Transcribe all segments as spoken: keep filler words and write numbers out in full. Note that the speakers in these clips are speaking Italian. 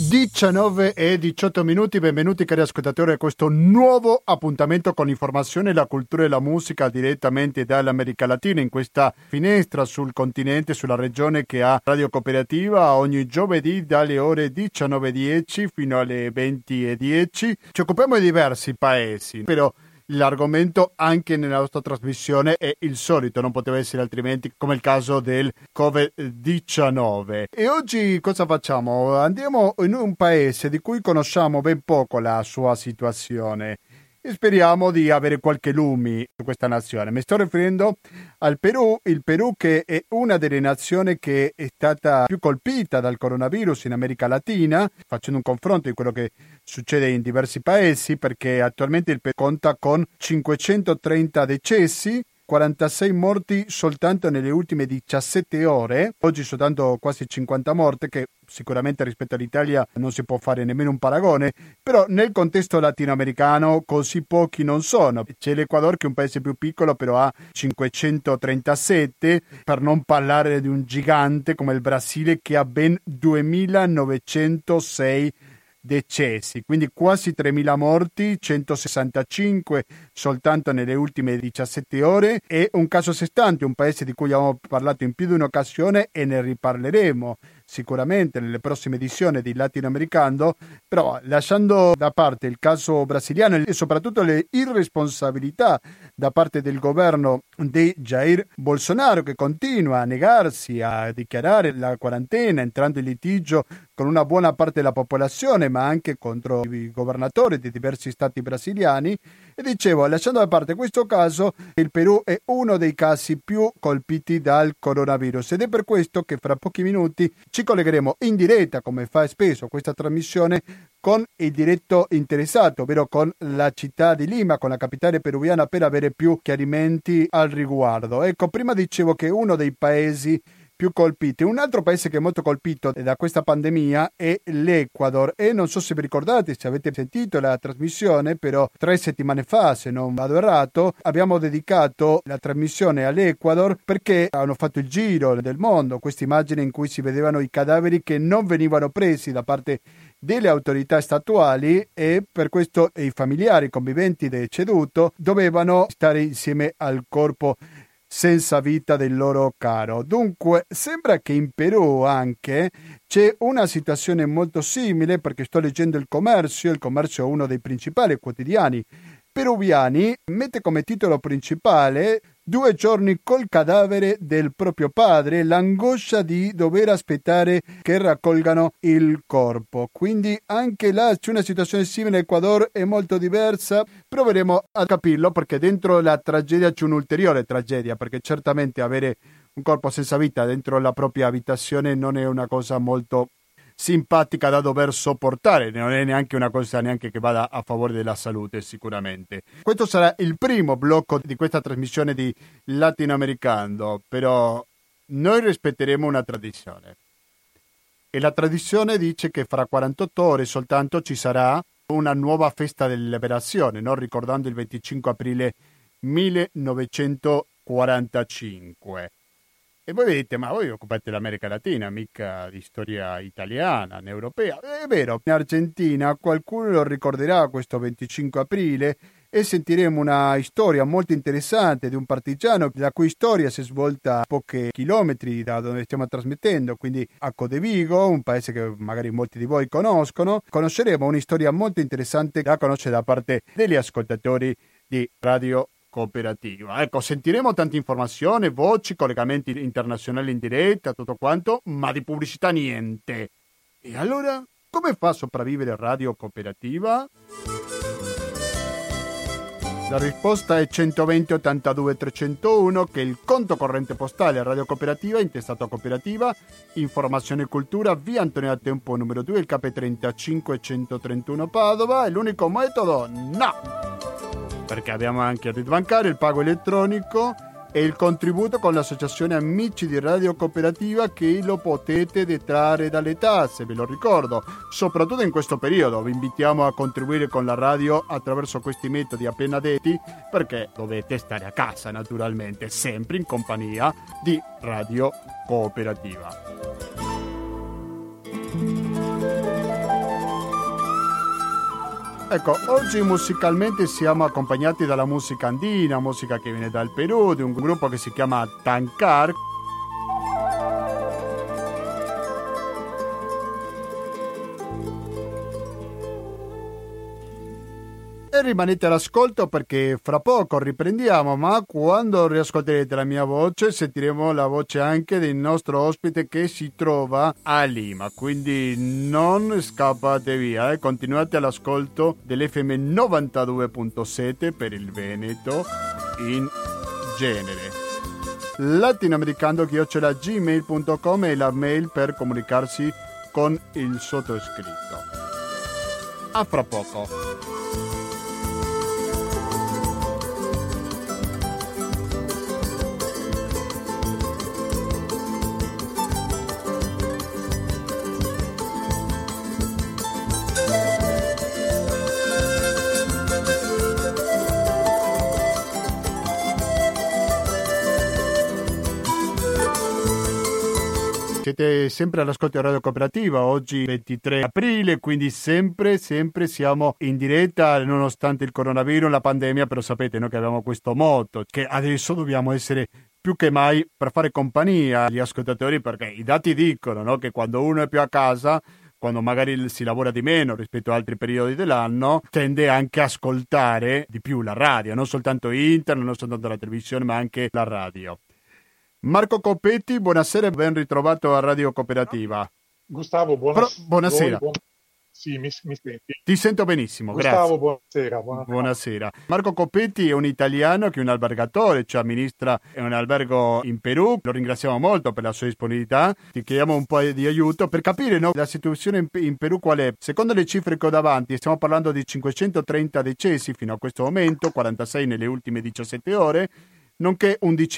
diciannove e diciotto minuti, benvenuti cari ascoltatori a questo nuovo appuntamento con l'informazione, la cultura e la musica direttamente dall'America Latina, in questa finestra sul continente, sulla regione che ha Radio Cooperativa ogni giovedì dalle ore diciannove e dieci fino alle venti e dieci. Ci occupiamo di diversi paesi, però l'argomento anche nella nostra trasmissione è il solito, non poteva essere altrimenti, come il caso del covid diciannove. E oggi cosa facciamo? Andiamo in un paese di cui conosciamo ben poco la sua situazione e speriamo di avere qualche lumi su questa nazione. Mi sto riferendo al Perù, il Perù che è una delle nazioni che è stata più colpita dal coronavirus in America Latina, facendo un confronto di quello che succede in diversi paesi, perché attualmente il Perù conta con cinquecentotrenta decessi, quarantasei morti soltanto nelle ultime diciassette ore, oggi soltanto quasi cinquanta morti, che sicuramente rispetto all'Italia non si può fare nemmeno un paragone, però nel contesto latinoamericano così pochi non sono. C'è l'Ecuador che è un paese più piccolo, però ha cinquecentotrentasette, per non parlare di un gigante come il Brasile che ha ben duemilanovecentosei decessi, quindi quasi tremila morti, centosessantacinque soltanto nelle ultime diciassette ore. È un caso a sé stante, un paese di cui abbiamo parlato in più di un'occasione e ne riparleremo sicuramente nelle prossime edizioni di Latinoamericano, però lasciando da parte il caso brasiliano e soprattutto le irresponsabilità da parte del governo di Jair Bolsonaro, che continua a negarsi a dichiarare la quarantena, entrando in litigio con una buona parte della popolazione, ma anche contro i governatori di diversi stati brasiliani. E dicevo, lasciando da parte questo caso, il Perù è uno dei casi più colpiti dal coronavirus ed è per questo che fra pochi minuti ci collegheremo in diretta, come fa spesso questa trasmissione, con il diretto interessato, ovvero con la città di Lima, con la capitale peruviana, per avere più chiarimenti al riguardo. Ecco, prima dicevo che uno dei paesi più colpiti. Un altro paese che è molto colpito da questa pandemia è l'Ecuador e non so se vi ricordate, se avete sentito la trasmissione, però tre settimane fa, se non vado errato, abbiamo dedicato la trasmissione all'Ecuador perché hanno fatto il giro del mondo queste immagini in cui si vedevano i cadaveri che non venivano presi da parte delle autorità statuali e per questo i familiari, i conviventi del deceduto dovevano stare insieme al corpo senza vita del loro caro. Dunque sembra che in Perù anche c'è una situazione molto simile, perché sto leggendo il Commercio, il Commercio è uno dei principali quotidiani peruviani, mette come titolo principale: due giorni col cadavere del proprio padre, l'angoscia di dover aspettare che raccolgano il corpo. Quindi anche là c'è una situazione simile. L'Ecuador è molto diversa, proveremo a capirlo, perché dentro la tragedia c'è un'ulteriore tragedia, perché certamente avere un corpo senza vita dentro la propria abitazione non è una cosa molto simpatica da dover sopportare, non è neanche una cosa neanche che vada a favore della salute sicuramente. Questo sarà il primo blocco di questa trasmissione di Latinoamericano, però noi rispetteremo una tradizione e la tradizione dice che fra quarantotto ore soltanto ci sarà una nuova festa della liberazione, no? Ricordando il venticinque aprile millenovecentoquarantacinque. E voi vedete, ma voi occupate l'America Latina, mica di storia italiana, né europea. È vero, in Argentina qualcuno lo ricorderà questo venticinque aprile e sentiremo una storia molto interessante di un partigiano la cui storia si è svolta a pochi chilometri da dove stiamo trasmettendo, quindi a Codevigo, un paese che magari molti di voi conoscono. Conosceremo una storia molto interessante da conoscere da parte degli ascoltatori di Radio Cooperativa. Ecco, sentiremo tante informazioni, voci, collegamenti internazionali in diretta, tutto quanto, ma di pubblicità niente. E allora, come fa a sopravvivere Radio Cooperativa? La risposta è centoventi ottantadue trecentouno, che è il conto corrente postale a Radio Cooperativa, intestato a Cooperativa, Informazione e Cultura, via Antonio da Tempo numero due, il K trentacinque centotrentuno Padova. È l'unico metodo? No! Perché abbiamo anche il RID bancario, il pago elettronico e il contributo con l'associazione Amici di Radio Cooperativa, che lo potete detrarre dalle tasse, ve lo ricordo, soprattutto in questo periodo. Vi invitiamo a contribuire con la radio attraverso questi metodi appena detti, perché dovete stare a casa naturalmente, sempre in compagnia di Radio Cooperativa. Ecco, oggi musicalmente siamo accompagnati dalla musica andina, musica che viene dal Perù, di un gruppo che si chiama Tancar. E rimanete all'ascolto perché fra poco riprendiamo, ma quando riascolterete la mia voce sentiremo la voce anche del nostro ospite che si trova a Lima, quindi non scappate via, eh. Continuate all'ascolto dell'F M novantadue virgola sette per il Veneto in genere. Latinoamericano chiocciola gmail punto com è la mail per comunicarsi con il sottoscritto. A fra poco. Siete sempre all'ascolto di Radio Cooperativa, oggi ventitré aprile, quindi sempre, sempre siamo in diretta nonostante il coronavirus, la pandemia, però sapete no, che abbiamo questo motto, che adesso dobbiamo essere più che mai per fare compagnia agli ascoltatori, perché i dati dicono no, che quando uno è più a casa, quando magari si lavora di meno rispetto a altri periodi dell'anno, tende anche a ascoltare di più la radio, non soltanto internet, non soltanto la televisione, ma anche la radio. Marco Coppetti, buonasera e ben ritrovato a Radio Cooperativa. Gustavo, buonas- Pro- buonasera. buon... Sì, mi, mi senti? Ti sento benissimo, Gustavo, grazie. buonasera, buonasera. Buonasera. Marco Coppetti è un italiano che è un albergatore, cioè amministra un albergo in Perù. Lo ringraziamo molto per la sua disponibilità. Ti chiediamo un po' di aiuto per capire no, la situazione in, in Perù qual è. Secondo le cifre che ho davanti, stiamo parlando di cinquecentotrenta decessi fino a questo momento, quarantasei nelle ultime diciassette ore, nonché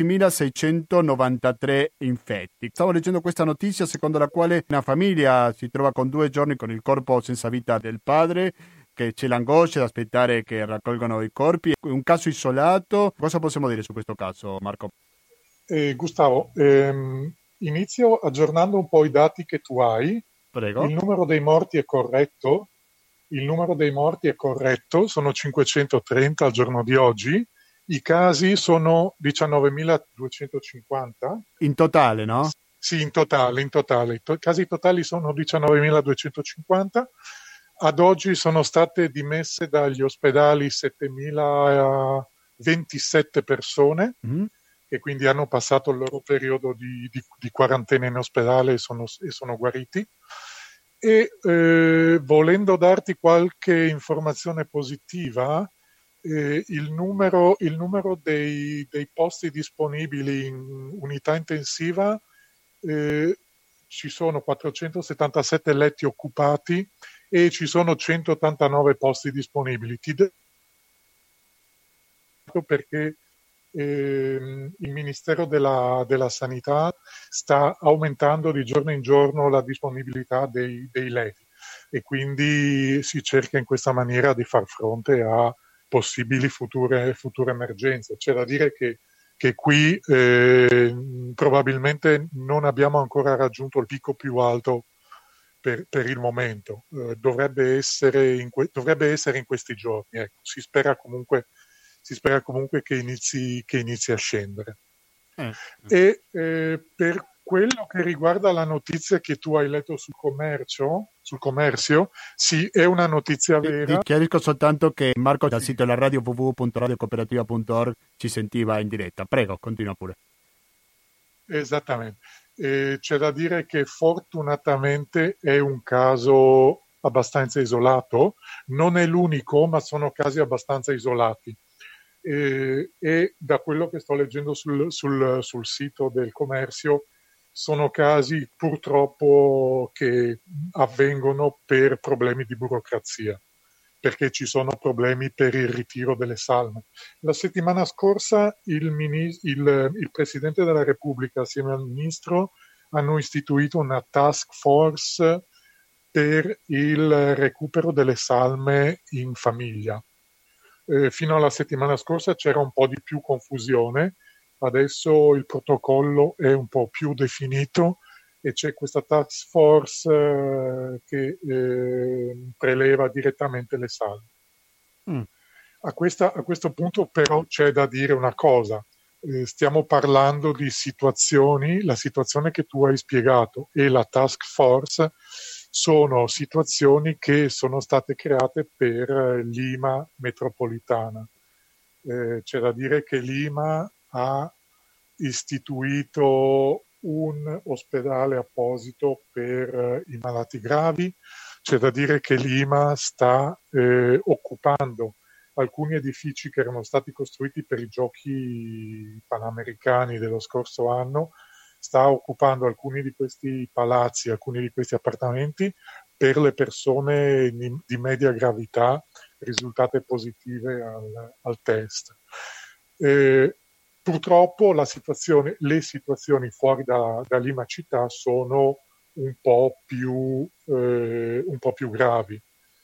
undicimilaseicentonovantatré infetti. Stavo leggendo questa notizia secondo la quale una famiglia si trova con due giorni con il corpo senza vita del padre, che c'è l'angoscia di aspettare che raccolgano i corpi. Un caso isolato. Cosa possiamo dire su questo caso, Marco? Eh, Gustavo, ehm, inizio aggiornando un po' i dati che tu hai. Prego. Il numero dei morti è corretto. Il numero dei morti è corretto, sono cinquecentotrenta al giorno di oggi. I casi sono diciannovemiladuecentocinquanta. In totale, no? Sì, in totale, in totale. I to- casi totali sono diciannovemiladuecentocinquanta. Ad oggi sono state dimesse dagli ospedali settemilaventisette persone, mm-hmm. che quindi hanno passato il loro periodo di, di, di quarantena in ospedale e sono, e sono guariti. E eh, volendo darti qualche informazione positiva, Eh, il numero, il numero dei, dei posti disponibili in unità intensiva, eh, ci sono quattrocentosettantasette letti occupati e ci sono centottantanove posti disponibili. Ti do perché eh, il Ministero della, della Sanità sta aumentando di giorno in giorno la disponibilità dei, dei letti e quindi si cerca in questa maniera di far fronte a possibili future, future emergenze. C'è da dire che, che qui eh, probabilmente non abbiamo ancora raggiunto il picco più alto per, per il momento. Eh, dovrebbe, essere in que- dovrebbe essere in questi giorni. Ecco. Si spera comunque, si spera comunque che inizi, che inizi a scendere. Eh. E eh, per quello che riguarda la notizia che tu hai letto sul commercio, sul commercio, sì, è una notizia vera. Ti chiarisco soltanto che Marco dal sito della radio w w w punto radio cooperativa punto org ci sentiva in diretta. Prego, continua pure. Esattamente. E c'è da dire che fortunatamente è un caso abbastanza isolato, non è l'unico, ma sono casi abbastanza isolati. E, e da quello che sto leggendo sul, sul, sul sito del commercio, sono casi purtroppo che avvengono per problemi di burocrazia, perché ci sono problemi per il ritiro delle salme. La settimana scorsa il, minis- il, il Presidente della Repubblica assieme al Ministro hanno istituito una task force per il recupero delle salme in famiglia. Eh, fino alla settimana scorsa c'era un po' di più confusione. Adesso il protocollo è un po' più definito e c'è questa task force eh, che eh, preleva direttamente le salme. Mm. A, questa, a questo punto però c'è da dire una cosa. Eh, stiamo parlando di situazioni, la situazione che tu hai spiegato e la task force sono situazioni che sono state create per Lima metropolitana. Eh, c'è da dire che Lima ha istituito un ospedale apposito per i malati gravi. C'è da dire che Lima sta eh, occupando alcuni edifici che erano stati costruiti per i giochi panamericani dello scorso anno, sta occupando alcuni di questi palazzi, alcuni di questi appartamenti per le persone di media gravità risultate positive al, al test. Eh, purtroppo la situazione, le situazioni fuori da, da Lima città sono un po' più, eh, un po' più gravi.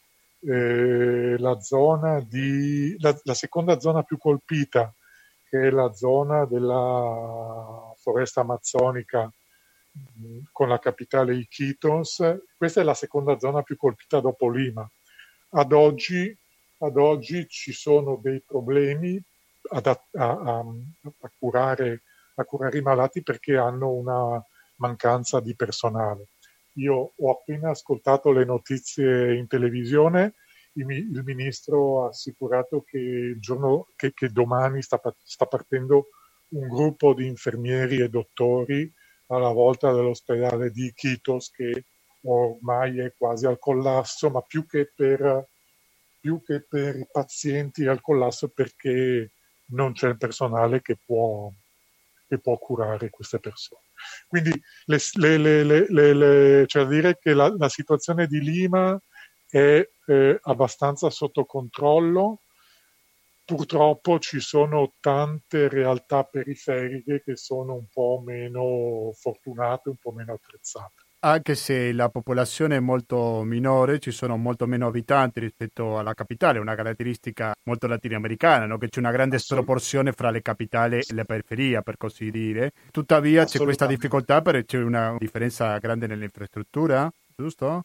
Eh, la, zona di, la, la seconda zona più colpita, che è la zona della foresta amazzonica con la capitale Iquitos, questa è la seconda zona più colpita dopo Lima. Ad oggi, ad oggi ci sono dei problemi ad, a, a, a, curare, a curare i malati perché hanno una mancanza di personale. Io ho appena ascoltato le notizie in televisione, il, il ministro ha assicurato che, il giorno, che, che domani sta, sta partendo un gruppo di infermieri e dottori alla volta dell'ospedale di Iquitos, che ormai è quasi al collasso, ma più che per, più che per i pazienti al collasso perché non c'è il personale che può, che può curare queste persone. Quindi le, le, le, le, le, c'è da dire che la, la situazione di Lima è eh, abbastanza sotto controllo. Purtroppo ci sono tante realtà periferiche che sono un po' meno fortunate, un po' meno attrezzate. Anche se la popolazione è molto minore, ci sono molto meno abitanti rispetto alla capitale, una caratteristica molto latinoamericana, no? Che c'è una grande sproporzione fra le capitali e le periferie, per così dire. Tuttavia c'è questa difficoltà perché c'è una differenza grande nell'infrastruttura, giusto?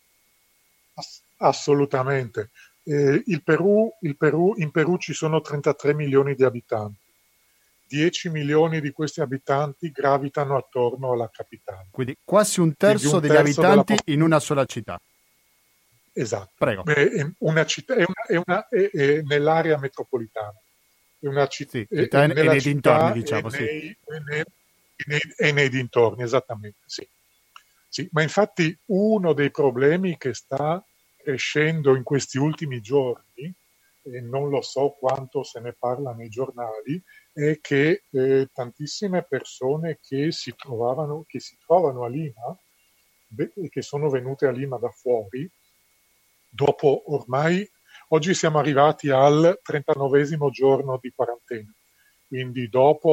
Ass- assolutamente. Eh, il Perù, il Perù, in Perù ci sono trentatré milioni di abitanti. dieci milioni di questi abitanti gravitano attorno alla capitale. Quindi quasi un terzo, un degli terzo abitanti della... in una sola città. Esatto. Prego. È una città, è una, è una, è, è nell'area metropolitana. È una citt- sì, è, città è e nella nei città dintorni, diciamo, e sì. nei, e nei, e nei, e nei dintorni, esattamente, sì. Sì. Ma infatti uno dei problemi che sta crescendo in questi ultimi giorni, e non lo so quanto se ne parla nei giornali, è che eh, tantissime persone che si trovavano, che si trovano a Lima, e che sono venute a Lima da fuori, dopo ormai, oggi siamo arrivati al trentanovesimo giorno di quarantena, quindi dopo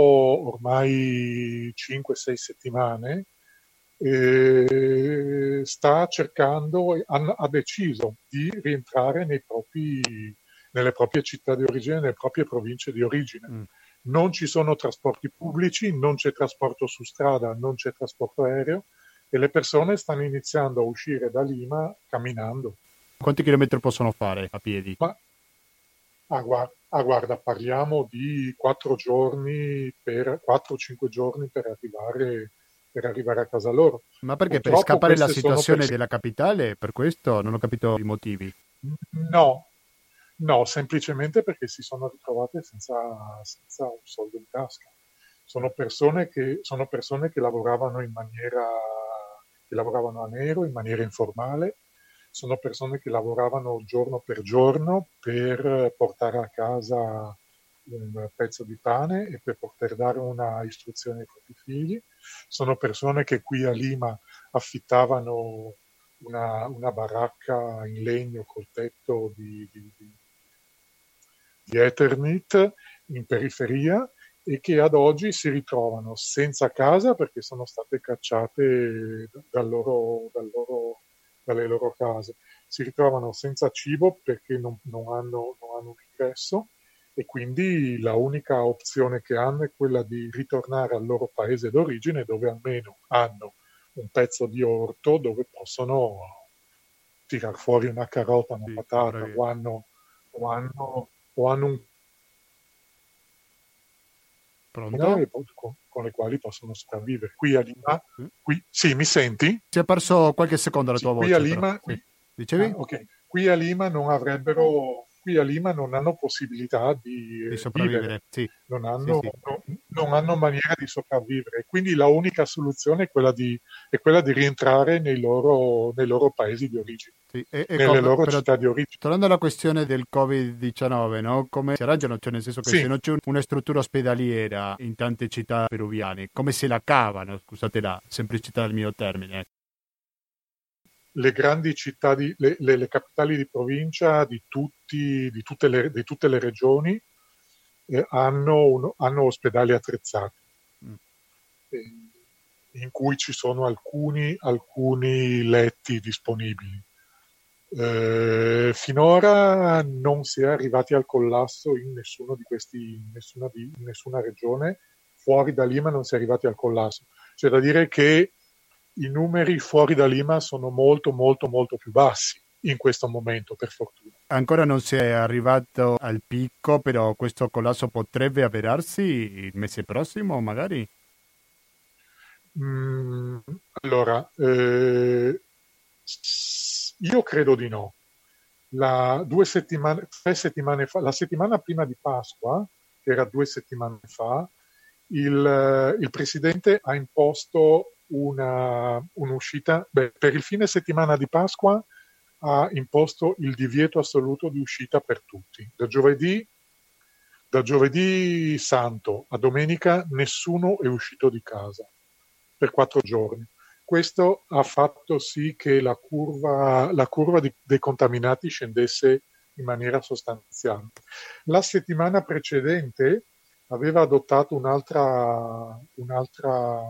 ormai cinque sei settimane, eh, sta cercando, ha, ha deciso di rientrare nei propri, nelle proprie città di origine, nelle proprie province di origine. Mm. Non ci sono trasporti pubblici, non c'è trasporto su strada, non c'è trasporto aereo e le persone stanno iniziando a uscire da Lima camminando. Quanti chilometri possono fare a piedi? Ma, ah, guarda, ah, guarda, parliamo di quattro giorni per quattro cinque giorni per arrivare, per arrivare a casa loro. Ma perché? Purtroppo per scappare la queste situazione pers- della capitale? Per questo non ho capito i motivi. No, no, semplicemente perché si sono ritrovate senza, senza un soldo in tasca. Sono persone che, sono persone che lavoravano in maniera, che lavoravano a nero, in maniera informale. Sono persone che lavoravano giorno per giorno per portare a casa un pezzo di pane e per poter dare una istruzione ai propri figli. Sono persone che qui a Lima affittavano una, una baracca in legno col tetto di, di, di, di Eternit in periferia e che ad oggi si ritrovano senza casa perché sono state cacciate dal loro, dal loro, dalle loro case. Si ritrovano senza cibo perché non, non, hanno, non hanno un ingresso e quindi la unica opzione che hanno è quella di ritornare al loro paese d'origine dove almeno hanno un pezzo di orto dove possono tirar fuori una carota, una sì, patata o hanno, o hanno, o hanno un Pronto? con, con le quali possono sopravvivere. Qui a Lima, qui, sì, mi senti? Si è perso qualche secondo la Sì, tua qui a voce, però. Lima, Sì. qui, Dicevi? ah, ok, qui a Lima non avrebbero, qui a Lima non hanno possibilità di Di eh, vivere, sopravvivere, sì. non Sì, hanno, sì. no- non hanno maniera di sopravvivere. Quindi la unica soluzione è quella di, è quella di rientrare nei loro, nei loro paesi di origine, Sì. E, ecco, nelle per- loro però città di origine. tornando alla questione del covid diciannove, no? Come si arrangiano? Cioè, nel senso che se Sì, non c'è un- una struttura ospedaliera in tante città peruviane, come se la cavano? Scusate la semplicità del mio termine. ecco. le grandi città, di, le, le, le capitali di provincia di, tutti, di, tutte, le, di tutte le regioni eh, hanno, un, hanno ospedali attrezzati Mm. eh, in cui ci sono alcuni, alcuni letti disponibili. Eh, finora non si è arrivati al collasso in, nessuno di questi, in, nessuna, di, in nessuna regione, fuori da Lima non si è arrivati al collasso. C'è da dire che i numeri fuori da Lima sono molto molto molto più bassi in questo momento, per fortuna. Ancora non si è arrivato al picco, però questo collasso potrebbe avverarsi il mese prossimo, magari? Mm, allora, eh, io credo di no. La, due settimane, tre settimane fa, la settimana prima di Pasqua, che era due settimane fa, il, il presidente ha imposto una, un'uscita, beh, per il fine settimana di Pasqua ha imposto il divieto assoluto di uscita per tutti. Da giovedì, da giovedì santo a domenica nessuno è uscito di casa per quattro giorni. Questo ha fatto sì che la curva, la curva di, dei contaminati scendesse in maniera sostanziale. La settimana precedente aveva adottato un'altra, un'altra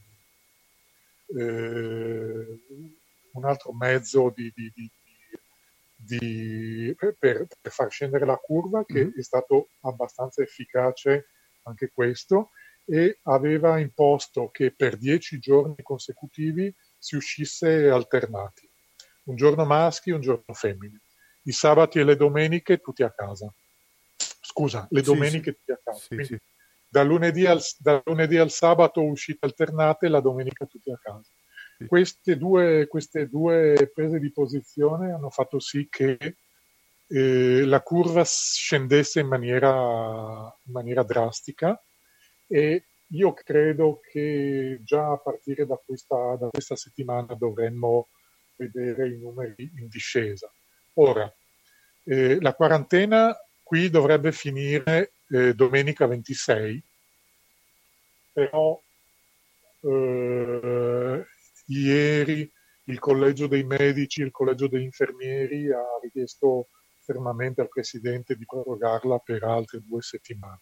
eh, un altro mezzo di, di, di, di, per, per far scendere la curva, che Mm-hmm. è stato abbastanza efficace anche questo, e aveva imposto che per dieci giorni consecutivi si uscisse alternati, un giorno maschi e un giorno femmine, i sabati e le domeniche tutti a casa. Scusa, le Sì, sì, domeniche tutti a casa. sì, Quindi sì. da lunedì, al, da lunedì al sabato uscite alternate e la domenica tutti a casa. sì. Queste due, queste due prese di posizione hanno fatto sì che eh, la curva scendesse in maniera, in maniera drastica, e io credo che già a partire da questa, da questa settimana dovremmo vedere i numeri in discesa. Ora, eh, la quarantena qui dovrebbe finire eh, domenica ventisei, però eh, ieri il collegio dei medici, il collegio degli infermieri ha richiesto fermamente al Presidente di prorogarla per altre due settimane.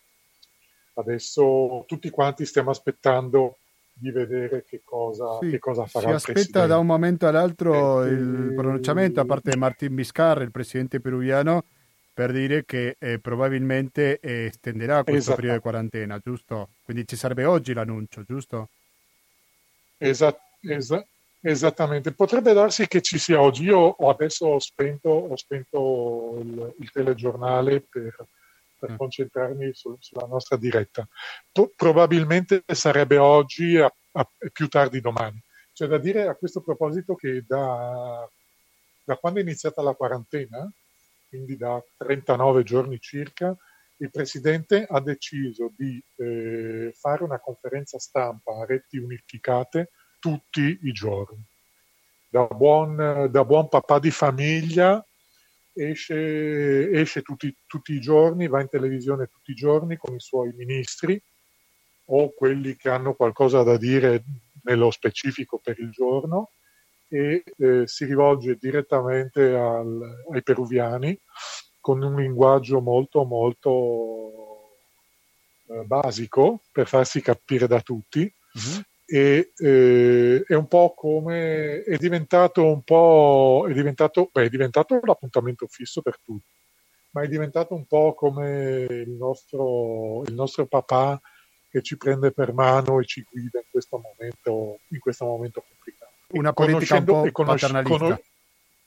Adesso tutti quanti stiamo aspettando di vedere che cosa, Sì, che cosa si farà il aspetta da un Presidente. momento E, all'altro il pronunciamento da e, parte di Martín Vizcarra, il presidente peruviano, per dire che eh, probabilmente eh, estenderà questo periodo di esattamente. quarantena, giusto? Quindi ci sarebbe oggi l'annuncio, giusto? Esa- esa- esattamente, potrebbe darsi che ci sia oggi. Io ho adesso ho spento, ho spento il, il telegiornale per, per Eh, concentrarmi sul- sulla nostra diretta. Pro- probabilmente sarebbe oggi a, a- più tardi domani. C'è da dire a questo proposito che da, da quando è iniziata la quarantena, quindi da trentanove giorni circa, il Presidente ha deciso di eh, fare una conferenza stampa a reti unificate tutti i giorni. Da buon, da buon papà di famiglia esce, esce tutti, tutti i giorni, va in televisione tutti i giorni con i suoi ministri o quelli che hanno qualcosa da dire nello specifico per il giorno, e eh, si rivolge direttamente al, ai peruviani con un linguaggio molto molto eh, basico per farsi capire da tutti, mhm. e eh, è un po' come è diventato un po' è diventato, beh, è diventato l'appuntamento fisso per tutti, ma è diventato un po' come il nostro, il nostro papà che ci prende per mano e ci guida in questo momento, in questo momento complicato. E Una politica un conoscendo po' e conosci, paternalista. conos-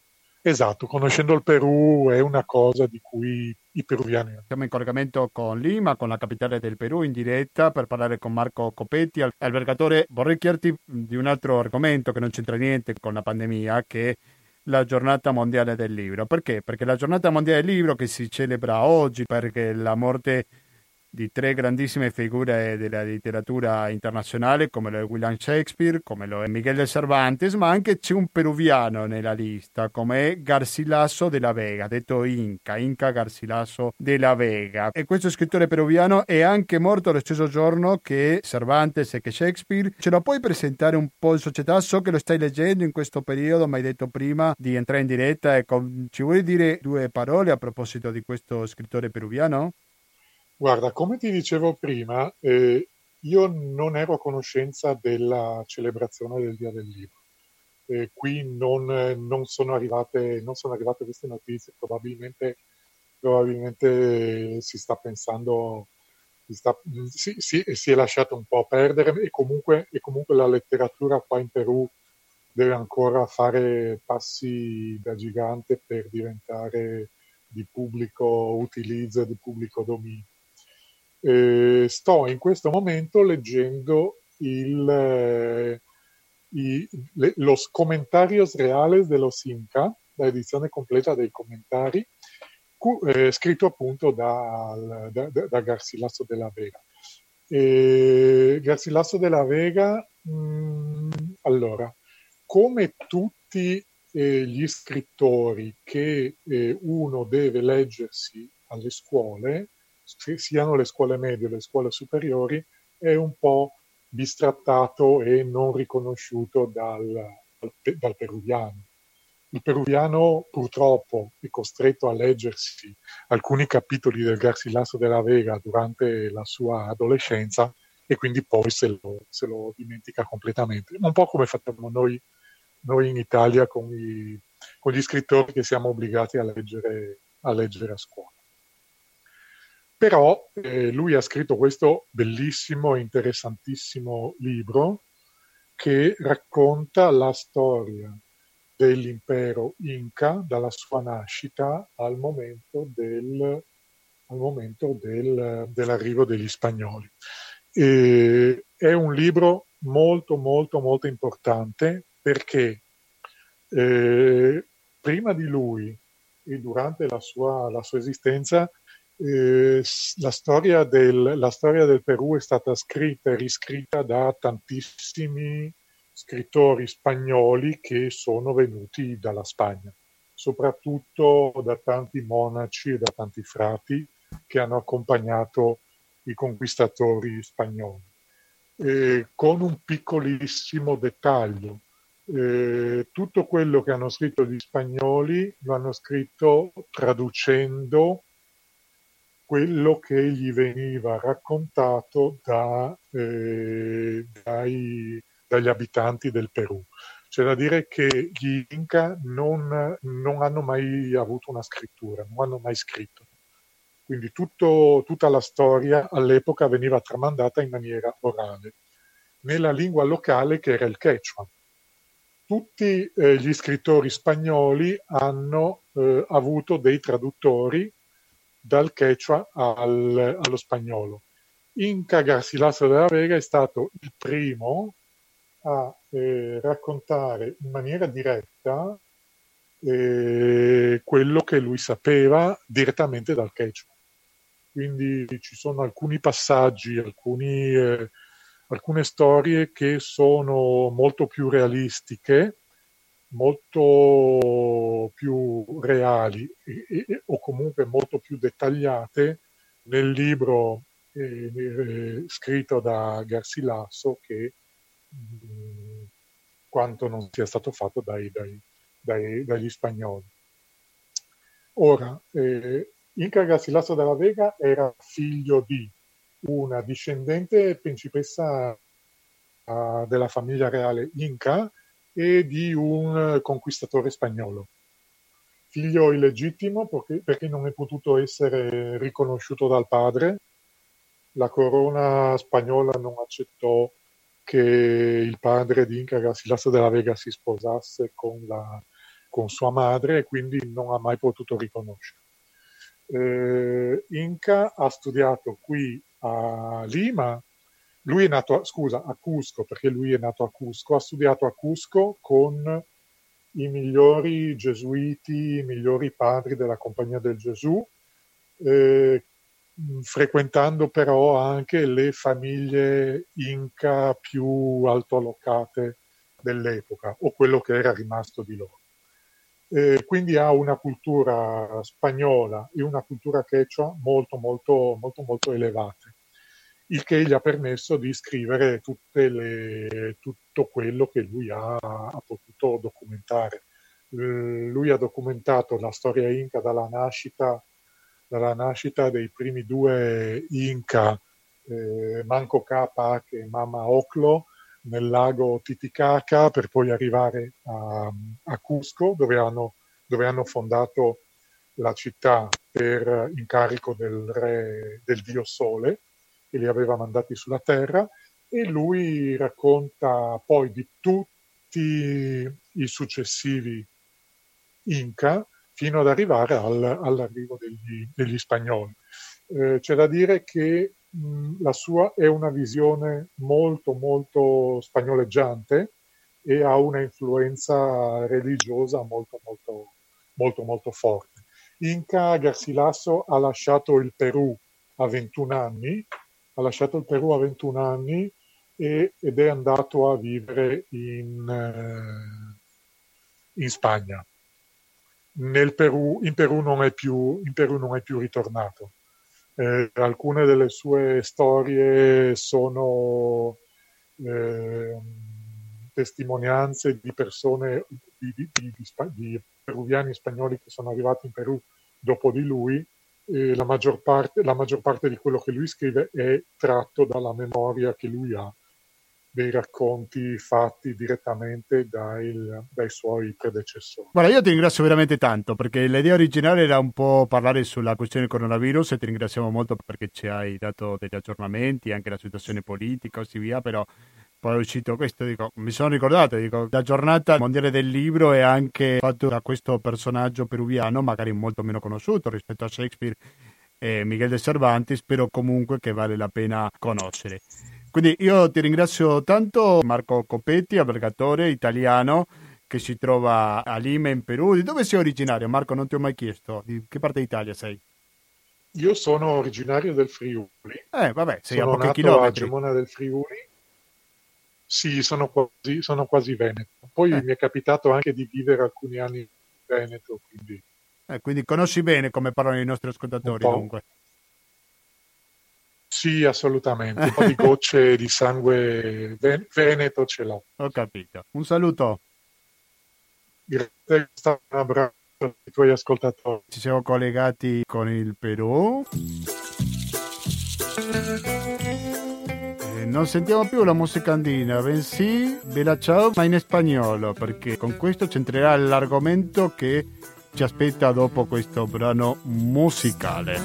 Esatto, conoscendo il Perù è una cosa di cui i peruviani... Siamo in collegamento con Lima, con la capitale del Perù, in diretta per parlare con Marco Copetti, al- albergatore. Vorrei chiederti di un altro argomento che non c'entra niente con la pandemia, che è la giornata mondiale del libro. Perché? Perché la giornata mondiale del libro che si celebra oggi, perché la morte di tre grandissime figure della letteratura internazionale come lo è William Shakespeare, come lo è Miguel de Cervantes, ma anche c'è un peruviano nella lista come è Garcilaso de la Vega, detto Inca, Inca Garcilaso de la Vega. E questo scrittore peruviano è anche morto lo stesso giorno che Cervantes e che Shakespeare. Ce lo puoi presentare un po' in società? So che lo stai leggendo in questo periodo, ma hai detto prima di entrare in diretta. Ecco, ci vuoi dire due parole a proposito di questo scrittore peruviano? Guarda, come ti dicevo prima, eh, io non ero a conoscenza della celebrazione del Dia del Libro. Eh, qui non, eh, non sono arrivate, non sono arrivate queste notizie, probabilmente, probabilmente si sta pensando, si, sta- si- si- si è lasciato un po' perdere e comunque, e comunque la letteratura qua in Perù deve ancora fare passi da gigante per diventare di pubblico utilizzo e di pubblico dominio. Eh, sto in questo momento leggendo il, eh, i- le- los comentarios reales de los Inca, la edizione completa dei commentari, cu- eh, scritto appunto dal- da, da, da Garcilaso de la Vega. E Garcilaso de la Vega, mh, allora, come tutti eh, gli scrittori che eh, uno deve leggersi alle scuole, se siano le scuole medie o le scuole superiori, è un po' bistrattato e non riconosciuto dal, dal, dal peruviano. Il peruviano purtroppo è costretto a leggersi alcuni capitoli del Garcilaso della Vega durante la sua adolescenza e quindi poi se lo, se lo dimentica completamente. Un po' come facciamo noi, noi in Italia con, i, con gli scrittori che siamo obbligati a leggere a, leggere a scuola. Però eh, lui ha scritto questo bellissimo e interessantissimo libro che racconta la storia dell'impero Inca dalla sua nascita al momento, del, al momento del, dell'arrivo degli spagnoli. E è un libro molto molto molto importante perché eh, prima di lui e durante la sua, la sua esistenza eh, la, storia del, la storia del Perù è stata scritta e riscritta da tantissimi scrittori spagnoli che sono venuti dalla Spagna, soprattutto da tanti monaci e da tanti frati che hanno accompagnato i conquistatori spagnoli. Eh, con un piccolissimo dettaglio, eh, tutto quello che hanno scritto gli spagnoli lo hanno scritto traducendo quello che gli veniva raccontato da, eh, dai, dagli abitanti del Perù. C'è da dire che gli Inca non, non hanno mai avuto una scrittura, non hanno mai scritto. Quindi tutto, tutta la storia all'epoca veniva tramandata in maniera orale, nella lingua locale che era il Quechua. Tutti eh, gli scrittori spagnoli hanno eh, avuto dei traduttori dal Quechua al, allo spagnolo. Inca Garcilaso de la Vega è stato il primo a eh, raccontare in maniera diretta eh, quello che lui sapeva direttamente dal Quechua. Quindi ci sono alcuni passaggi, alcuni, eh, alcune storie che sono molto più realistiche, molto più reali e, e, o comunque molto più dettagliate nel libro eh, eh, scritto da Garcilaso che mh, quanto non sia stato fatto dai, dai, dai, dagli spagnoli. Ora, eh, Inca Garcilaso della Vega era figlio di una discendente principessa uh, della famiglia reale Inca e di un conquistatore spagnolo. Figlio illegittimo perché, perché non è potuto essere riconosciuto dal padre. La corona spagnola non accettò che il padre di Inca Garcilaso della Vega si sposasse con la, con sua madre e quindi non ha mai potuto riconoscere. Eh, Inca ha studiato qui a Lima, lui è nato, a, scusa, a Cusco, perché lui è nato a Cusco, ha studiato a Cusco con i migliori gesuiti, i migliori padri della Compagnia del Gesù, eh, frequentando però anche le famiglie Inca più altolocate dell'epoca, o quello che era rimasto di loro. Eh, quindi ha una cultura spagnola e una cultura quechua molto molto molto molto elevate, il che gli ha permesso di scrivere tutte le, tutto quello che lui ha, ha potuto documentare. Eh, lui ha documentato la storia Inca dalla nascita, dalla nascita dei primi due Inca, eh, Manco Cápac e Mama Ocllo, nel lago Titicaca, per poi arrivare a, a Cusco, dove hanno, dove hanno fondato la città per incarico del re, del dio Sole, che li aveva mandati sulla terra, e lui racconta poi di tutti i successivi Inca fino ad arrivare al, all'arrivo degli, degli spagnoli. Eh, c'è da dire che mh, la sua è una visione molto molto spagnoleggiante e ha una influenza religiosa molto molto molto molto forte. Inca Garcilaso ha lasciato il Perù a ventuno anni, ha lasciato il Perù a ventuno anni e, ed è andato a vivere in, eh, in Spagna. Nel Perù, in Perù non è più, in Perù non è più ritornato. Eh, alcune delle sue storie sono eh, testimonianze di persone, di, di, di, di, di peruviani e spagnoli che sono arrivati in Perù dopo di lui. E la maggior parte, la maggior parte di quello che lui scrive è tratto dalla memoria che lui ha dei racconti fatti direttamente dai, dai suoi predecessori. Guarda, io ti ringrazio veramente tanto perché l'idea originale era un po' parlare sulla questione del coronavirus e ti ringraziamo molto perché ci hai dato degli aggiornamenti, anche la situazione politica e così via, però poi è uscito questo, dico, mi sono ricordato, dico, la giornata mondiale del libro è anche fatto da questo personaggio peruviano, magari molto meno conosciuto rispetto a Shakespeare e Miguel de Cervantes, però comunque che vale la pena conoscere. Quindi io ti ringrazio tanto, Marco Coppetti, albergatore italiano che si trova a Lima in Perù. Di dove sei originario, Marco? Non ti ho mai chiesto. Di che parte d'Italia sei? Io sono originario del Friuli. Eh, vabbè, sei sono a pochi nato chilometri. a Gemona del Friuli. Sì, sono quasi, sono quasi veneto. Poi eh. mi è capitato anche di vivere alcuni anni in Veneto, quindi... Eh, quindi conosci bene come parlano i nostri ascoltatori, dunque. Sì, assolutamente. Un po' di gocce di sangue ven- veneto ce l'ho. Ho capito. Un saluto. Grazie, un abbraccio ai tuoi ascoltatori. Ci siamo collegati con il Perù. E non sentiamo più la musica andina, bensì Bella Ciao, ma in spagnolo, perché con questo c'entrerà l'argomento che ci aspetta dopo questo brano musicale.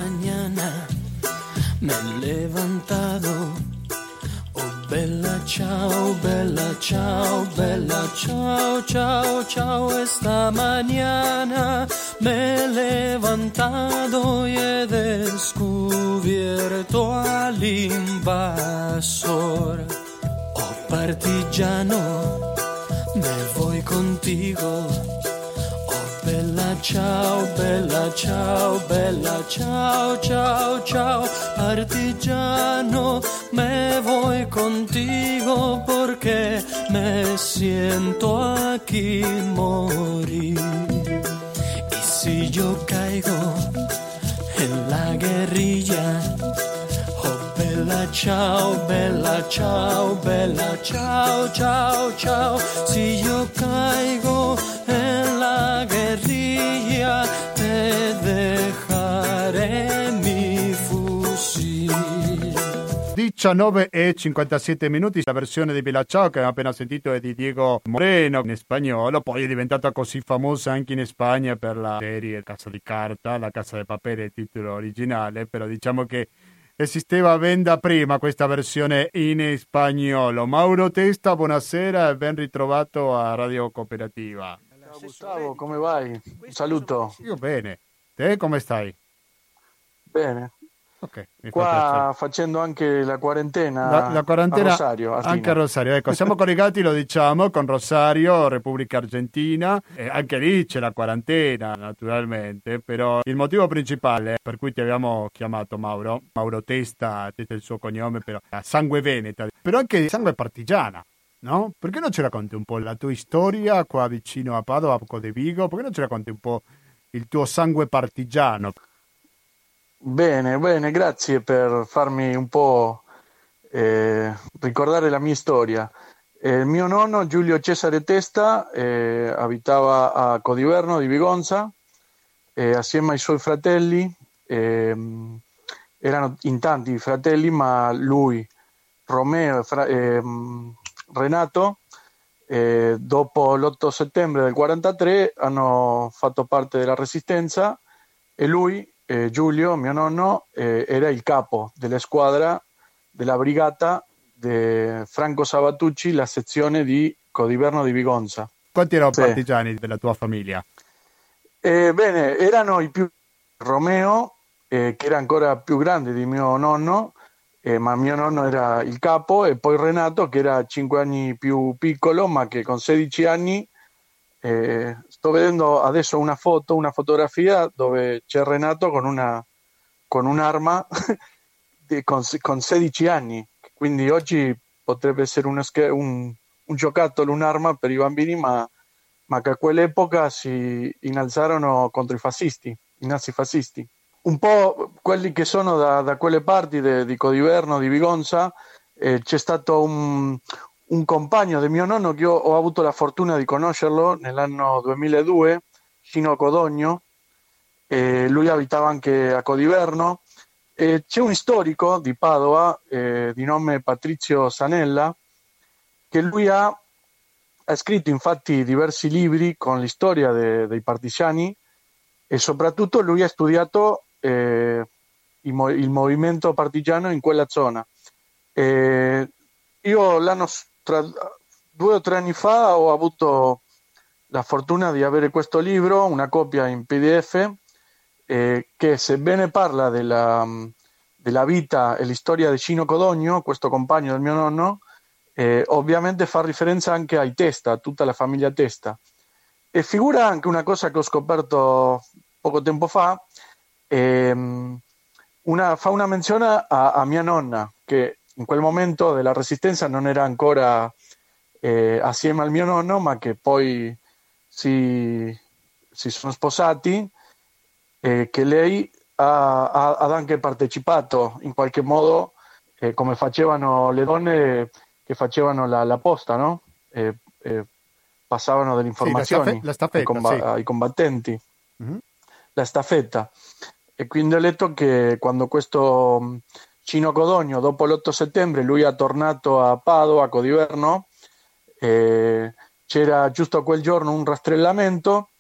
Me he levantado, oh bella ciao, bella ciao, bella ciao, ciao, ciao. Esta mañana me he levantado y he descubierto al invasor. Oh partigiano, me voy contigo. Bella ciao, bella ciao, bella ciao, ciao, ciao, partigiano, me voy contigo porque me siento aquí morir. Y si yo caigo en la guerrilla, oh bella ciao, bella ciao, bella ciao, ciao, ciao, si yo caigo en la guerrilla te dejaré mi fusil. diciannove e cinquantasette minuti, la versione di Bella Ciao che abbiamo appena sentito è di Diego Moreno in spagnolo, poi è diventata così famosa anche in Spagna per la serie Casa di Carta, La Casa de Papel è il titolo originale, però diciamo che esisteva ben da prima questa versione in spagnolo. Mauro Testa, buonasera e ben ritrovato a Radio Cooperativa. Ciao Gustavo, come vai? Un saluto. Io bene. Te come stai? Bene. Ok, mi fa Qua piacere. facendo anche la quarantena, La, la quarantena a Rosario, Artina. anche a Rosario, ecco, siamo collegati, lo diciamo, con Rosario, Repubblica Argentina, e anche lì c'è la quarantena naturalmente, però il motivo principale per cui ti abbiamo chiamato Mauro, Mauro Testa, questo è il suo cognome, però a sangue veneta, però anche sangue partigiana. No? Perché non ci racconti un po' la tua storia qua vicino a Padova, a poco di Vigo? Perché non ci racconti un po' il tuo sangue partigiano? Bene, bene, grazie per farmi un po' eh, ricordare la mia storia. Eh, il mio nonno Giulio Cesare Testa eh, abitava a Codiverno di Vigonza eh, assieme ai suoi fratelli. Eh, erano in tanti i fratelli, ma lui, Romeo, fra, eh, Renato, eh, dopo l'otto settembre del quarantatré hanno fatto parte della Resistenza e lui, eh, Giulio, mio nonno, eh, era il capo della squadra della brigata di Franco Sabatucci, la sezione di Codiverno di Vigonza. Quanti erano Sì. partigiani della tua famiglia? Eh, bene, erano i più Romeo, eh, che era ancora più grande di mio nonno, Eh, ma mio nonno era il capo, e poi Renato che era cinque anni più piccolo, ma che con sedici anni eh, sto vedendo adesso una foto, una fotografia dove c'è Renato con una con un'arma di, con, con sedici anni, quindi oggi potrebbe essere uno scher- un, un giocattolo, un'arma per i bambini, ma, ma che a quell'epoca si innalzarono contro i fascisti, i nazifascisti. Un po' quelli che sono da, da quelle parti de, di Codiverno, di Vigonza, eh, c'è stato un, un compagno di mio nonno che io ho avuto la fortuna di conoscerlo nell'anno duemiladue, Gino Codogno, eh, lui abitava anche a Codiverno, e c'è un storico di Padova eh, di nome Patrizio Sanella, che lui ha, ha scritto infatti diversi libri con la storia de, dei partigiani, e soprattutto lui ha studiato eh, il, il movimento partigiano in quella zona. Eh, io l'anno tra due o tre anni fa ho avuto la fortuna di avere questo libro, una copia in P D F, eh, che sebbene parla della, della vita e la storia di Gino Codogno, questo compagno del mio nonno, eh, ovviamente fa riferenza anche ai Testa, a tutta la famiglia Testa. E figura anche una cosa che ho scoperto poco tempo fa, ehm, una, fa una menzione a, a mia nonna, che in quel momento della Resistenza non era ancora eh, assieme al mio nonno, ma che poi si, si sono sposati, e che lei ha, ha, ha anche partecipato in qualche modo, eh, come facevano le donne che facevano la, la posta, no? Eh, eh, passavano delle informazioni sì, la staffetta, ai, comba- sì. ai combattenti, Mm-hmm. la staffetta. E quindi ho letto che quando questo Gino Codogno, dopo l'otto settembre, lui è tornato a Padova, a Codiverno, eh, c'era giusto quel giorno un rastrellamento,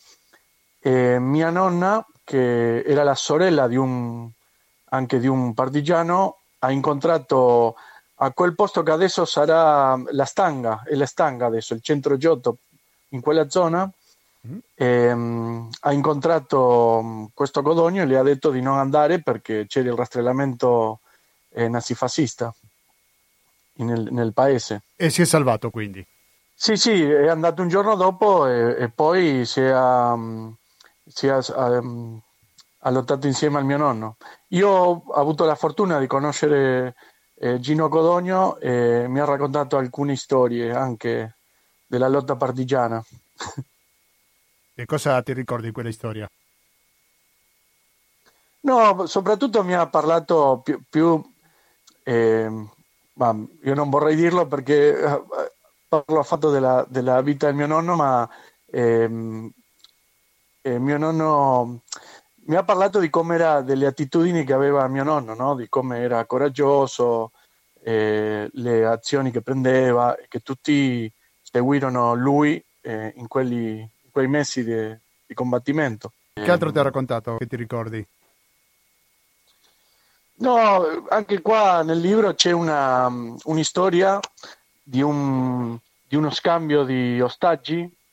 e mia nonna, che era la sorella di un, anche di un partigiano, ha incontrato a quel posto che adesso sarà la Stanga, è la Stanga adesso, il centro Giotto, in quella zona, mm. e, um, ha incontrato questo Codogno e le ha detto di non andare perché c'era il rastrellamento eh, nazifascista nel, nel paese. E si è salvato quindi? Sì, sì, è andato un giorno dopo e, e poi si è, um, si è um, ha lottato insieme al mio nonno. Io ho avuto la fortuna di conoscere eh, Gino Codogno e mi ha raccontato alcune storie anche della lotta partigiana. E cosa ti ricordi di quella storia? No, soprattutto mi ha parlato più, più eh, ma io non vorrei dirlo perché eh, parlo affatto della, della vita del mio nonno, ma eh, eh, mio nonno mi ha parlato di come era, delle attitudini che aveva mio nonno, no? Di come era coraggioso, eh, le azioni che prendeva, e che tutti seguirono lui eh, in, quelli, in quei mesi di, di combattimento. Che altro ti ha raccontato che ti ricordi? No, anche qua nel libro c'è una, una storia di, un, di uno scambio di ostaggi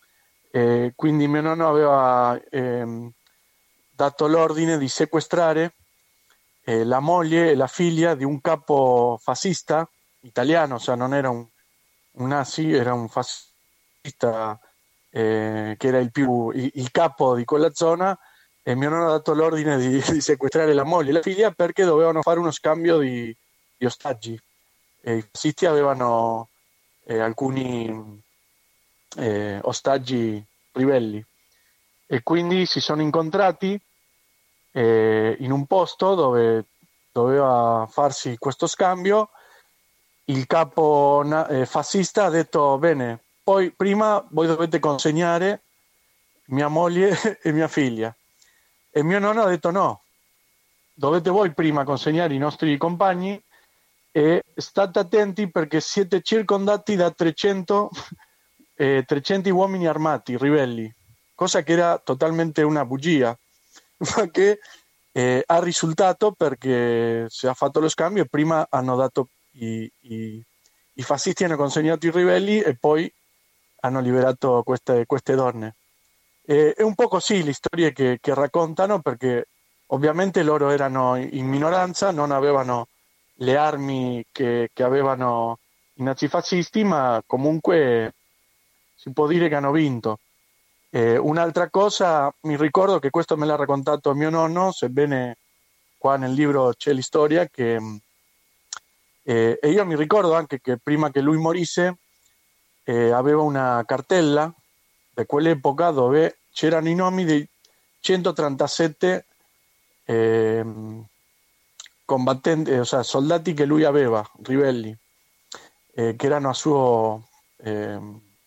Eh, quindi mio nonno aveva ehm, dato l'ordine di sequestrare eh, la moglie e la figlia di un capo fascista italiano, cioè non era un, un nazi, era un fascista eh, che era il, più, il, il capo di quella zona, e mio nonno ha dato l'ordine di, di sequestrare la moglie e la figlia perché dovevano fare uno scambio di, di ostaggi. E i fascisti avevano eh, alcuni eh, ostaggi ribelli e quindi si sono incontrati eh, in un posto dove doveva farsi questo scambio. Il capo eh, fascista ha detto: bene, poi prima voi dovete consegnare mia moglie e mia figlia. E mio nonno ha detto: no, dovete voi prima consegnare i nostri compagni e state attenti perché siete circondati da trecento, eh, trecento uomini armati, ribelli, cosa che era totalmente una bugia, ma che eh, ha risultato perché si è fatto lo scambio e prima hanno dato i, i, i fascisti hanno consegnato i ribelli e poi hanno liberato queste, queste donne. Eh, è un po' così le storie che, che raccontano, perché ovviamente loro erano in minoranza, non avevano le armi che, che avevano i nazifascisti, ma comunque si può dire che hanno vinto. Eh, un'altra cosa, mi ricordo che questo me l'ha raccontato mio nonno, sebbene qua nel libro c'è la storia, che, eh, e io mi ricordo anche che prima che lui morisse eh, aveva una cartella di quell'epoca dove c'erano i nomi dei centotrentasette eh, combattenti, eh, cioè soldati che lui aveva, ribelli, eh, che erano a suo... Eh,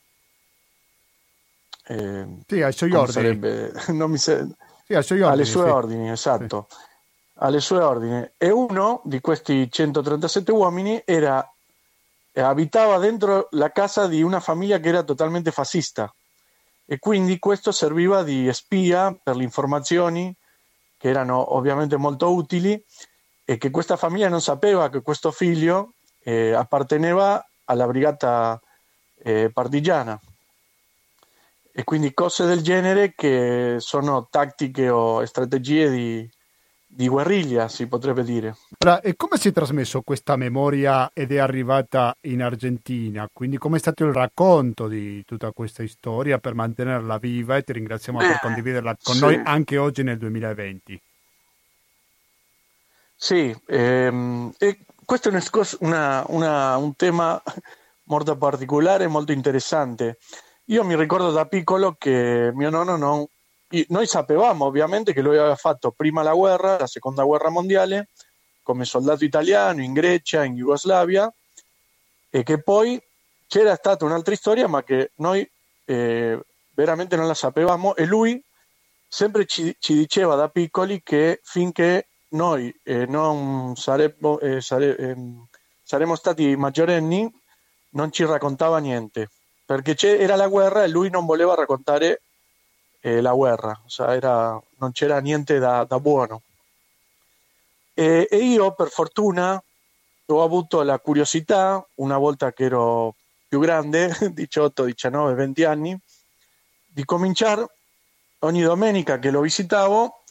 eh, sì, ai suoi come ordini. sarebbe? Non mi sa... Sì, ai suoi ordini, alle sue sì. ordini, esatto. Sì. Alle sue ordini. E uno di questi centotrentasette uomini era, abitava dentro la casa di una famiglia che era totalmente fascista. E quindi questo serviva di spia per le informazioni, che erano ovviamente molto utili, e che questa famiglia non sapeva che questo figlio eh, apparteneva alla brigata eh, partigiana. E quindi cose del genere che sono tattiche o strategie di, di guerriglia, si potrebbe dire. Allora, e come si è trasmesso questa memoria ed è arrivata in Argentina? Quindi come è stato il racconto di tutta questa storia per mantenerla viva, e ti ringraziamo Beh, per condividerla con sì. noi anche oggi nel duemilaventi. Sì, ehm, e questo è una, una, un tema molto particolare e molto interessante. Io mi ricordo da piccolo che mio nonno non... Noi sapevamo ovviamente che lui aveva fatto prima la guerra, la seconda guerra mondiale, come soldato italiano in Grecia, in Jugoslavia, e che poi c'era stata un'altra storia ma che noi eh, veramente non la sapevamo, e lui sempre ci, ci diceva da piccoli che finché noi eh, non saremmo, eh, sare, eh, saremmo stati maggiorenni non ci raccontava niente, perché era la guerra e lui non voleva raccontare eh, la guerra, cioè era, non c'era niente da, da buono. E, e io per fortuna ho avuto la curiosità, una volta che ero più grande, diciotto, diciannove, venti anni, di cominciare ogni domenica che lo visitavo,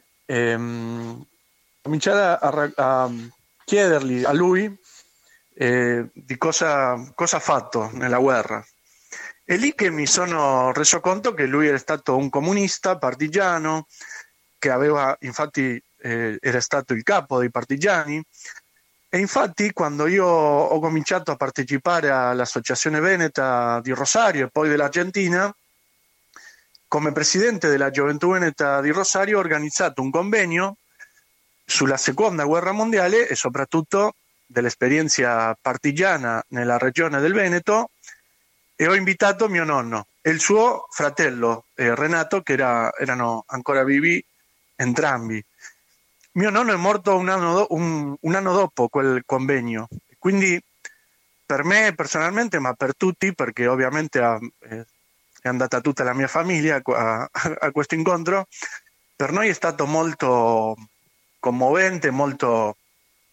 ehm, cominciare a, a, a chiedergli a lui eh, di cosa, cosa ha fatto nella guerra. È lì che mi sono reso conto che lui era stato un comunista partigiano, che aveva infatti eh, era stato il capo dei partigiani, e infatti quando io ho cominciato a partecipare all'Associazione Veneta di Rosario e poi dell'Argentina, come presidente della Gioventù Veneta di Rosario ho organizzato un convegno sulla seconda guerra mondiale e soprattutto dell'esperienza partigiana nella regione del Veneto, e ho invitato mio nonno e il suo fratello eh, Renato, che era, erano ancora vivi entrambi. Mio nonno è morto un anno, do, un, un anno dopo quel convegno, quindi per me personalmente, ma per tutti, perché ovviamente ha, eh, è andata tutta la mia famiglia a, a, a questo incontro, per noi è stato molto commovente, molto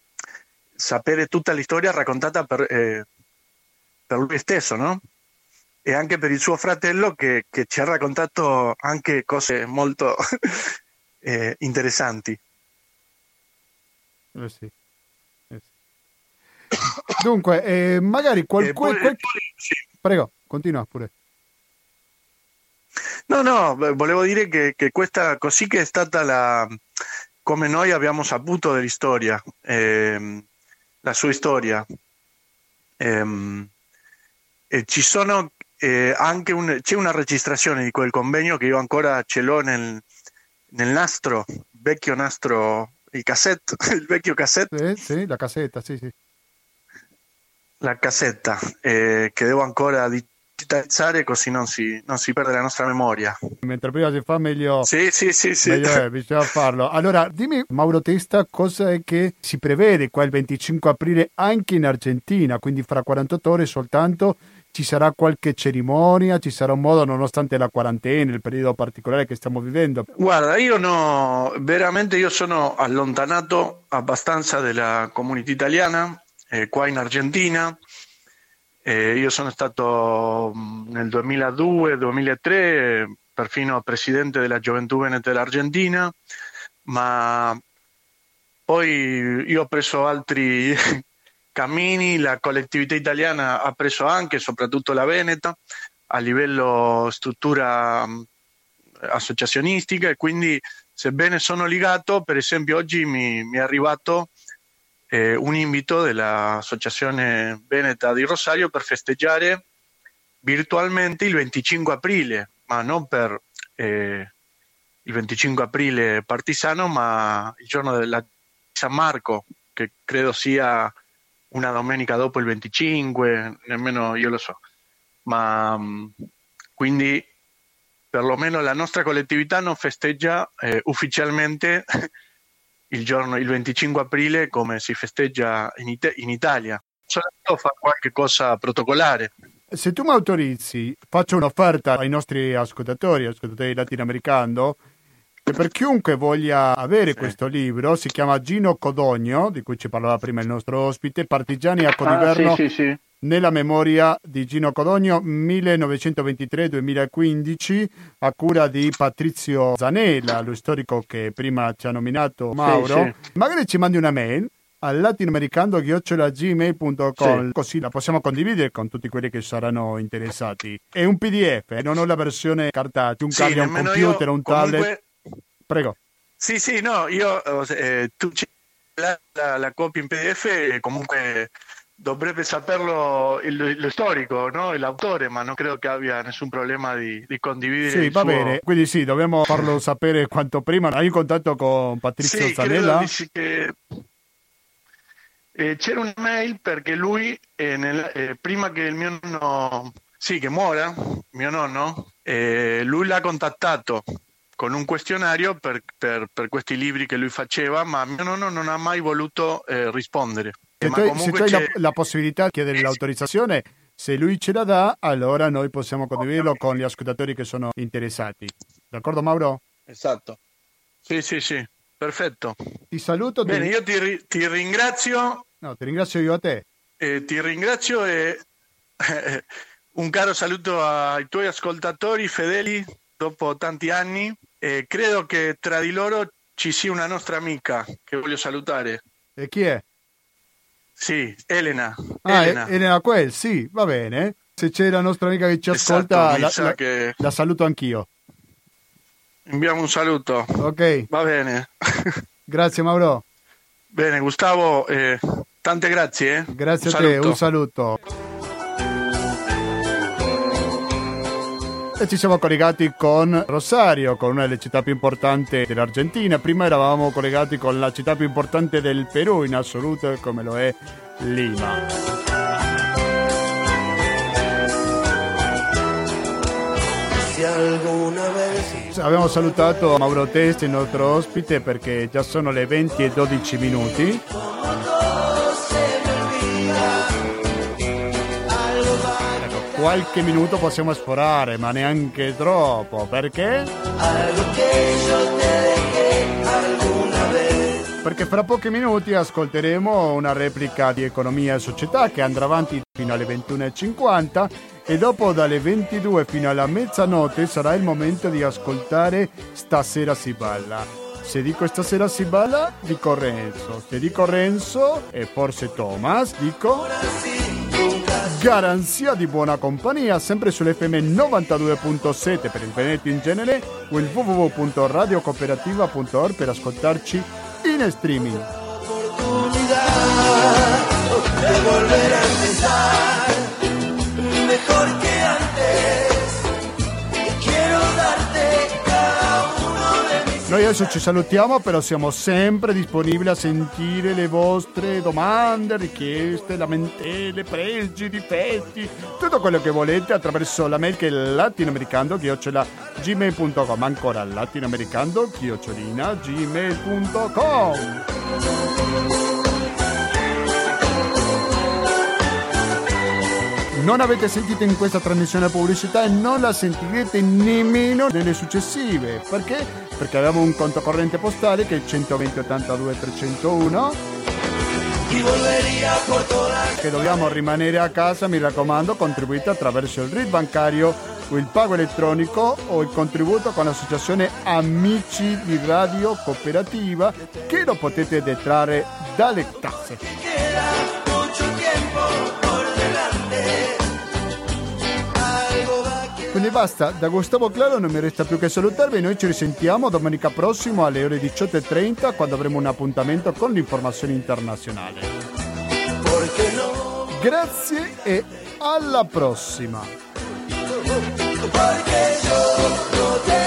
sapere tutta la storia raccontata per, eh, per lui stesso, no? e anche per il suo fratello che, che ci ha raccontato anche cose molto eh, interessanti. Eh sì. Eh sì. Dunque, eh, magari qualcuno... poi, qual... poi, sì. Prego, continua pure. No, no, volevo dire che, che questa così che è stata la... come noi abbiamo saputo dell'istoria, ehm, la sua storia. Ehm, e ci sono eh, anche un, c'è una registrazione di quel convegno che io ancora ce l'ho nel, nel nastro, vecchio nastro, il cassette, il vecchio cassette. Sì, sì, la cassetta, sì, sì. La cassetta, eh, che devo ancora digitalizzare così non si, non si perde la nostra memoria. Mentre prima si fa meglio, sì, sì, sì, sì. meglio è, bisogna farlo. Allora, dimmi Mauro Testa, cosa è che si prevede qua il venticinque aprile anche in Argentina, quindi fra quarantotto ore soltanto ci sarà qualche cerimonia, ci sarà un modo nonostante la quarantena, il periodo particolare che stiamo vivendo? Guarda, io no, veramente io sono allontanato abbastanza dalla comunità italiana, eh, qua in Argentina. Eh, io sono stato nel duemiladue duemilatré perfino presidente della Gioventù Veneta dell'Argentina, ma poi io ho preso altri cammini, la collettività italiana ha preso anche, soprattutto la Veneta, a livello struttura associazionistica, e quindi sebbene sono legato, per esempio oggi mi, mi è arrivato Eh, un invito dell'Associazione Veneta di Rosario per festeggiare virtualmente il venticinque aprile, ma non per eh, il venticinque aprile partisano, ma il giorno della San Marco, che credo sia una domenica dopo il venticinque, nemmeno io lo so. Ma quindi perlomeno la nostra collettività non festeggia eh, ufficialmente il giorno, il venticinque aprile, come si festeggia in, It- in Italia. Soltanto fa qualche cosa protocolare. Se tu mi autorizzi, faccio un'offerta ai nostri ascoltatori, ascoltatori latinoamericani, che per chiunque voglia avere sì. questo libro, si chiama Gino Codogno, di cui ci parlava prima il nostro ospite, Partigiani a Codiverno, ah, sì, sì, sì. nella memoria di Gino Codogno, millenovecentoventitré duemilaquindici, a cura di Patrizio Zanella, lo storico che prima ci ha nominato Mauro. Sì, sì. Magari ci mandi una mail al latinoamericano chiocciola gmail punto com, sì. così la possiamo condividere con tutti quelli che saranno interessati. È un P D F, eh? Non ho la versione cartacea, un sì, cambia un computer, io, un tablet. Comunque... Prego. Sì, sì, no, io eh, tu la, la, la copia in P D F e comunque dovrebbe saperlo il, lo storico, no? L'autore, ma non credo che abbia nessun problema di, di condividere. Sì, il va suo... bene, quindi sì, dobbiamo farlo sapere quanto prima. Hai in contatto con Patrizio sì, Zanella? Sì, che eh, c'era una mail perché lui, eh, nel, eh, prima che il mio nonno, sì, che muora, mio nonno, eh, lui l'ha contattato con un questionario per, per, per questi libri che lui faceva, ma mio nonno non ha mai voluto eh, rispondere. Se ma tu, se tu hai la, c'è... la possibilità di chiedere l'autorizzazione, se lui ce la dà, allora noi possiamo condividerlo con gli ascoltatori che sono interessati. D'accordo, Mauro? Esatto. Sì, sì, sì, perfetto. Ti saluto. Bene, ti... io ti, ri- ti ringrazio. No, ti ringrazio io a te. Eh, ti ringrazio e eh, un caro saluto ai tuoi ascoltatori fedeli dopo tanti anni. Eh, credo che tra di loro ci sia una nostra amica che voglio salutare. E chi è? Sì, Elena. Ah, Elena. Elena Quel, sì, va bene. Se c'è la nostra amica che ci ascolta, esatto, la, la, che... la saluto anch'io. Inviamo un saluto. Ok. Va bene. Grazie, Mauro. Bene, Gustavo, eh, tante grazie. Eh. Grazie un a te, saluto. un saluto. E ci siamo collegati con Rosario, con una delle città più importanti dell'Argentina. Prima eravamo collegati con la città più importante del Perù in assoluto, come lo è Lima. Se alguna vez... Abbiamo salutato Mauro Testa, il nostro ospite, perché già sono le venti e dodici minuti. Qualche minuto possiamo esplorare, ma neanche troppo, perché? Perché fra pochi minuti ascolteremo una replica di Economia e Società che andrà avanti fino alle ventuno e cinquanta e dopo dalle ventidue fino alla mezzanotte sarà il momento di ascoltare Stasera si balla. Se dico Stasera si balla, dico Renzo. Se dico Renzo e forse Thomas, dico garanzia di buona compagnia, sempre sull'F M novantadue virgola sette per il Veneto in genere o il w w w punto radio cooperativa punto org per ascoltarci in streaming. Noi adesso ci salutiamo, però siamo sempre disponibili a sentire le vostre domande, richieste, lamentele, pregi, difetti, tutto quello che volete attraverso la mail che è latinoamericano chiocciola gmail punto com, ancora latinoamericano chiocciolina gmail punto com. Non avete sentito in questa trasmissione pubblicità e non la sentirete nemmeno nelle successive. Perché? Perché abbiamo un conto corrente postale che è centoventi ottantadue trecentouno, che dobbiamo rimanere a casa. Mi raccomando, contribuite attraverso il R I D bancario o il pago elettronico o il contributo con l'associazione Amici di Radio Cooperativa, che lo potete detrarre dalle tasse. Quindi basta, da Gustavo Claro non mi resta più che salutarvi. Noi ci risentiamo domenica prossima alle ore diciotto e trenta, quando avremo un appuntamento con l'informazione internazionale. Grazie e alla prossima.